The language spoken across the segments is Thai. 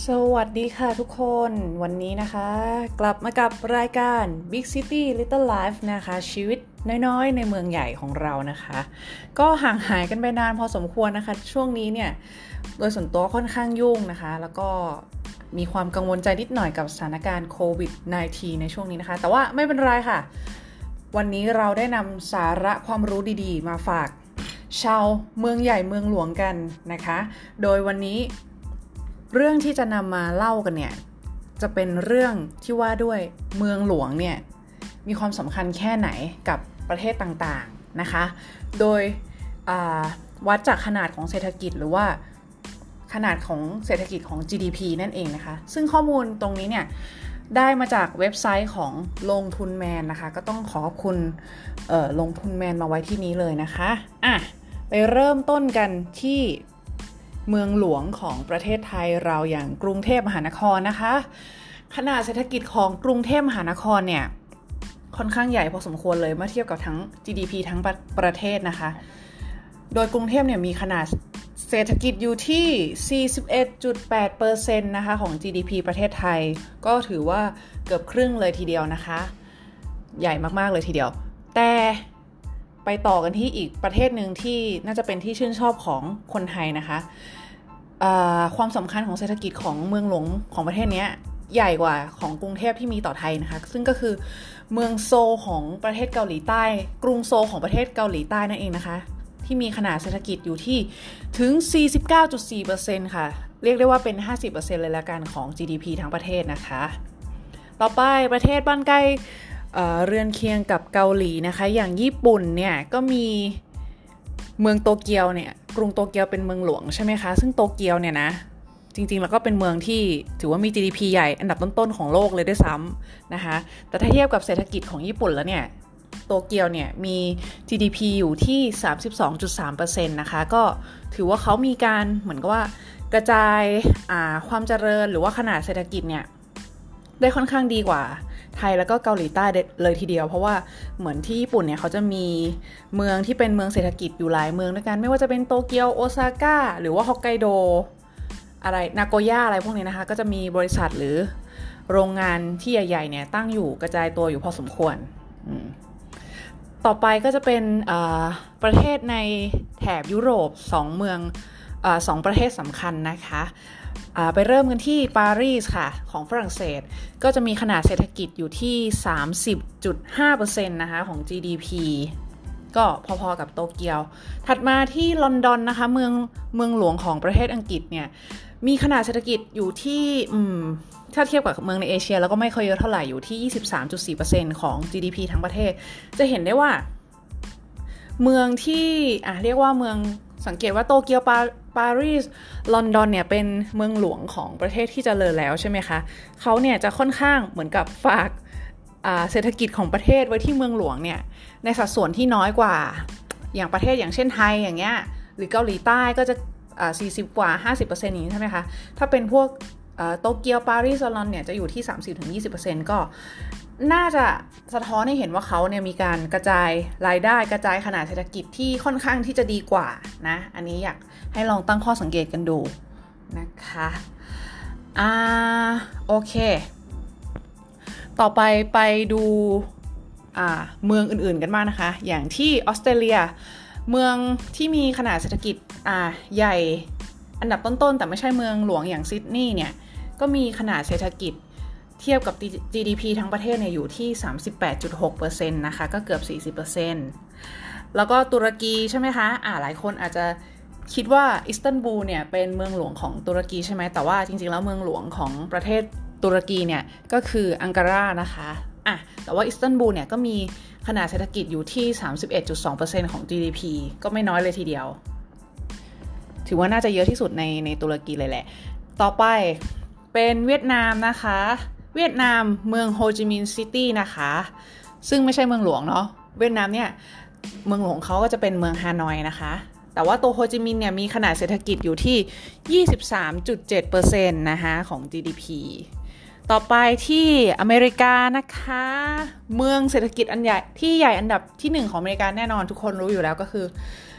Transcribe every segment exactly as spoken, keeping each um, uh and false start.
สวัสดีค่ะทุกคนวันนี้นะคะกลับมากับรายการ Big City Little Life นะคะชีวิตน้อยๆในเมืองใหญ่ของเรานะคะก็ห่างหายกันไปนานพอสมควรนะคะช่วงนี้เนี่ยโดยส่วนตัวค่อนข้างยุ่งนะคะแล้วก็มีความกังวลใจนิดหน่อยกับสถานการณ์โควิด สิบเก้า ในช่วงนี้นะคะแต่ว่าไม่เป็นไรค่ะวันนี้เราได้นำสาระความรู้ดีๆมาฝากชาวเมืองใหญ่เมืองหลวงกันนะคะโดยวันนี้เรื่องที่จะนำมาเล่ากันเนี่ยจะเป็นเรื่องที่ว่าด้วยเมืองหลวงเนี่ยมีความสำคัญแค่ไหนกับประเทศต่างๆนะคะโดยวัดจากขนาดของเศรษฐกิจหรือว่าขนาดของเศรษฐกิจของ จี ดี พี นั่นเองนะคะซึ่งข้อมูลตรงนี้เนี่ยได้มาจากเว็บไซต์ของลงทุนแมนนะคะก็ต้องขอขอบคุณลงทุนแมนมาไว้ที่นี้เลยนะคะอ่ะไปเริ่มต้นกันที่เมืองหลวงของประเทศไทยเราอย่างกรุงเทพมหานครนะคะขนาดเศรษฐกิจของกรุงเทพมหานครเนี่ยค่อนข้างใหญ่พอสมควรเลยเมื่อเทียบกับทั้ง จี ดี พี ทั้งประประเทศนะคะโดยกรุงเทพเนี่ยมีขนาดเศรษฐกิจอยู่ที่ สี่สิบเอ็ดจุดแปดเปอร์เซ็นต์ นะคะของ จี ดี พี ประเทศไทยก็ถือว่าเกือบครึ่งเลยทีเดียวนะคะใหญ่มากๆเลยทีเดียวแต่ไปต่อกันที่อีกประเทศหนึ่งที่น่าจะเป็นที่ชื่นชอบของคนไทยนะคะความสำคัญของเศรษฐกิจของเมืองหลวงของประเทศนี้ใหญ่กว่าของกรุงเทพที่มีต่อไทยนะคะซึ่งก็คือเมืองโซลของประเทศเกาหลีใต้กรุงโซลของประเทศเกาหลีใต้นั่นเองนะคะที่มีขนาดเศรษฐกิจอยู่ที่ถึง สี่สิบเก้าจุดสี่เปอร์เซ็นต์ ค่ะเรียกได้ว่าเป็น ห้าสิบเปอร์เซ็นต์ เลยละกันของ จี ดี พี ทั้งประเทศนะคะต่อไปประเทศบ้านใกล้เอ่อเรือนเคียงกับเกาหลีนะคะอย่างญี่ปุ่นเนี่ยก็มีเมืองโตเกียวเนี่ยกรุงโตเกียวเป็นเมืองหลวงใช่ไหมคะซึ่งโตเกียวเนี่ยนะจริงๆแล้วก็เป็นเมืองที่ถือว่ามี จี ดี พี ใหญ่อันดับต้นๆของโลกเลยด้วยซ้ำนะคะแต่ถ้าเทียบกับเศรษฐกิจของญี่ปุ่นแล้วเนี่ยโตเกียวเนี่ยมี จี ดี พี อยู่ที่ สามสิบสองจุดสามเปอร์เซ็นต์ นะคะก็ถือว่าเขามีการเหมือนกับว่ากระจายความเจริญหรือว่าขนาดเศรษฐกิจเนี่ยได้ค่อนข้างดีกว่าไทยแล้วก็เกาหลีใต้เลยทีเดียวเพราะว่าเหมือนที่ญี่ปุ่นเนี่ยเขาจะมีเมืองที่เป็นเมืองเศรษฐกิจอยู่หลายเมืองด้วยกันไม่ว่าจะเป็นโตเกียวโอซาก้าหรือว่าฮอกไกโดอะไรนาโกย่าอะไรพวกนี้นะคะก็จะมีบริษัทหรือโรงงานที่ใหญ่ๆเนี่ยตั้งอยู่กระจายตัวอยู่พอสมควรต่อไปก็จะเป็นประเทศในแถบยุโรปสองเมืองสองประเทศสำคัญนะคะไปเริ่มกันที่ปารีสค่ะของฝรั่งเศสก็จะมีขนาดเศรษฐกิจอยู่ที่ สามสิบจุดห้าเปอร์เซ็นต์ นะคะของ จี ดี พี ก็พอๆกับโตเกียวถัดมาที่ลอนดอนนะคะเมืองเมืองหลวงของประเทศอังกฤษเนี่ยมีขนาดเศรษฐกิจอยู่ที่ถ้าเทียบกับเมืองในเอเชียแล้วก็ไม่ค่อยเยอะเท่าไหร่อยู่ที่ ยี่สิบสามจุดสี่เปอร์เซ็นต์ ของ จี ดี พี ทั้งประเทศจะเห็นได้ว่าเมืองที่อ่ะเรียกว่าเมืองสังเกตว่าโตเกียวปาปารีสลอนดอนเนี่ยเป็นเมืองหลวงของประเทศที่เจริญแล้วใช่ไหมคะเขาเนี่ยจะค่อนข้างเหมือนกับฝากเศรษฐกิจของประเทศไว้ที่เมืองหลวงเนี่ยในสัดส่วนที่น้อยกว่าอย่างประเทศอย่างเช่นไทยอย่างเงี้ยหรือเกาหลีใต้ก็จะสี่สิบกว่า ห้าสิบเปอร์เซ็นต์ นี้ใช่ไหมคะถ้าเป็นพวกโตเกียวปารีสลอนดอนเนี่ยจะอยู่ที่ สามสิบถึงยี่สิบเปอร์เซ็นต์ ก็น่าจะสะท้อนให้เห็นว่าเขาเนี่ยมีการกระจายรายได้กระจายขนาดเศรษฐกิจที่ค่อนข้างที่จะดีกว่านะอันนี้อยากให้ลองตั้งข้อสังเกตกันดูนะคะอ่าโอเคต่อไปไปดูอ่าเมืองอื่นๆกันบ้างนะคะอย่างที่ออสเตรเลียเมืองที่มีขนาดเศรษฐกิจอ่าใหญ่อันดับต้นๆแต่ไม่ใช่เมืองหลวงอย่างซิดนีย์เนี่ยก็มีขนาดเศรษฐกิจเทียบกับ จี ดี พี ทั้งประเทศเนี่ยอยู่ที่ สามสิบแปดจุดหกเปอร์เซ็นต์ นะคะก็เกือบ สี่สิบเปอร์เซ็นต์ แล้วก็ตุรกีใช่ไหมคะอ่าหลายคนอาจจะคิดว่าอิสตันบูลเนี่ยเป็นเมืองหลวงของตุรกีใช่ไหมแต่ว่าจริงๆแล้วเมืองหลวงของประเทศตุรกีเนี่ยก็คืออังการานะคะอ่ะแต่ว่าอิสตันบูลเนี่ยก็มีขนาดเศรษฐกิจอยู่ที่ สามสิบเอ็ดจุดสองเปอร์เซ็นต์ ของ จี ดี พี ก็ไม่น้อยเลยทีเดียวถือว่าน่าจะเยอะที่สุดในในตุรกีเลยแหละต่อไปเป็นเวียดนามนะคะเวียดนามเมืองโฮจิมินห์ซิตี้นะคะซึ่งไม่ใช่เมืองหลวงเนาะเวียดนามเนี่ยเมืองหลวงเขาก็จะเป็นเมืองฮานอยนะคะแต่ว่าตัวโฮจิมินห์เนี่ยมีขนาดเศรษฐกิจอยู่ที่ ยี่สิบสามจุดเจ็ดเปอร์เซ็นต์ นะคะของ จี ดี พี ต่อไปที่อเมริกานะคะเมืองเศรษฐกิจอันใหญ่ที่ใหญ่อันดับที่หนึ่งของอเมริกาแน่นอนทุกคนรู้อยู่แล้วก็คือ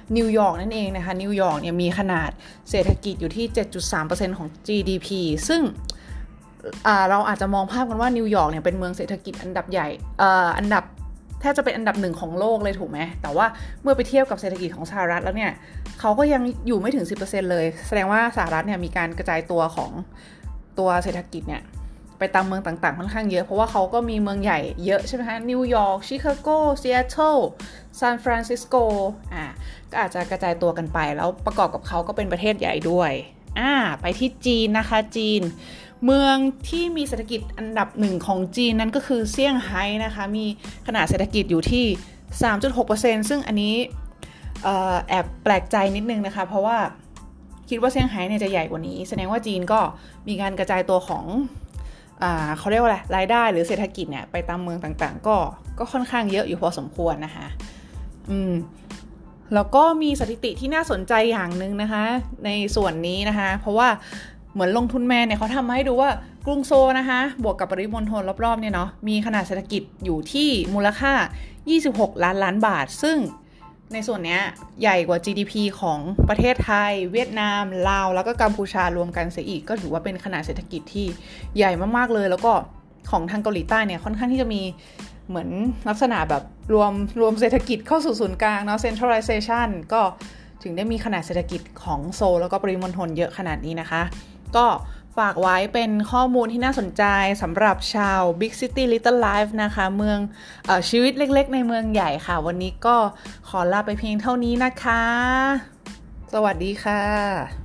นิวยอร์กนั่นเองนะคะนิวยอร์กเนี่ยมีขนาดเศรษฐกิจอยู่ที่ เจ็ดจุดสามเปอร์เซ็นต์ ของ จี ดี พี ซึ่งเราอาจจะมองภาพกันว่านิวยอร์กเนี่ยเป็นเมืองเศรษฐกิจอันดับใหญ่อันดับแทบจะเป็นอันดับหนึ่งของโลกเลยถูกไหมแต่ว่าเมื่อไปเทียบกับเศรษฐกิจของสหรัฐแล้วเนี่ยเขาก็ยังอยู่ไม่ถึง สิบเปอร์เซ็นต์ เลยแสดงว่าสหรัฐเนี่ยมีการกระจายตัวของตัวเศรษฐกิจเนี่ยไปตามเมืองต่างๆค่อนข้างเยอะเพราะว่าเขาก็มีเมืองใหญ่เยอะใช่ไหมคะนิวยอร์กชิคาโกซีแอตเทิลซานฟรานซิสโกอ่าก็อาจจะกระจายตัวกันไปแล้วประกอบกับเขาก็เป็นประเทศใหญ่ด้วยอ่าไปที่จีนนะคะจีนเมืองที่มีเศรษฐกิจอันดับหนึ่งของจีนนั้นก็คือเซี่ยงไฮ้นะคะมีขนาดเศรษฐกิจอยู่ที่ สามจุดหกเปอร์เซ็นต์ ซึ่งอันนี้เอ่อแอบแปลกใจนิดนึงนะคะเพราะว่าคิดว่าเซี่ยงไฮ้เนี่ยจะใหญ่กว่านี้แสดงว่าจีนก็มีการกระจายตัวของอ่าเขาเรียกว่าอะไรรายได้หรือเศรษฐกิจเนี่ยไปตามเมืองต่างๆก็ก็ค่อนข้างเยอะอยู่พอสมควรนะคะอืมแล้วก็มีสถิติที่น่าสนใจอย่างนึงนะคะในส่วนนี้นะคะเพราะว่าเหมือนลงทุนแมนเนี่ยเขาทำมาให้ดูว่ากรุงโซลนะคะบวกกับปริมณฑลรอบๆเนี่ยเนาะมีขนาดเศรษฐกิจอยู่ที่มูลค่ายี่สิบหกล้านล้านบาทซึ่งในส่วนนี้ใหญ่กว่า จี ดี พี ของประเทศไทยเวียดนามลาวแล้วก็กัมพูชารวมกันเสียอีกก็ถือว่าเป็นขนาดเศรษฐกิจที่ใหญ่มากๆเลยแล้วก็ของทางเกาหลีใต้เนี่ยค่อนข้างที่จะมีเหมือนลักษณะแบบรวมรวมเศรษฐกิจเข้าสู่ศูนย์กลางเนาะ centralization ก็ถึงได้มีขนาดเศรษฐกิจของโซลแล้วก็ปริมณฑลเยอะขนาดนี้นะคะก็ฝากไว้เป็นข้อมูลที่น่าสนใจสำหรับชาว Big City Little Life นะคะเมืองเอ่อชีวิตเล็กๆในเมืองใหญ่ค่ะวันนี้ก็ขอลาไปเพียงเท่านี้นะคะสวัสดีค่ะ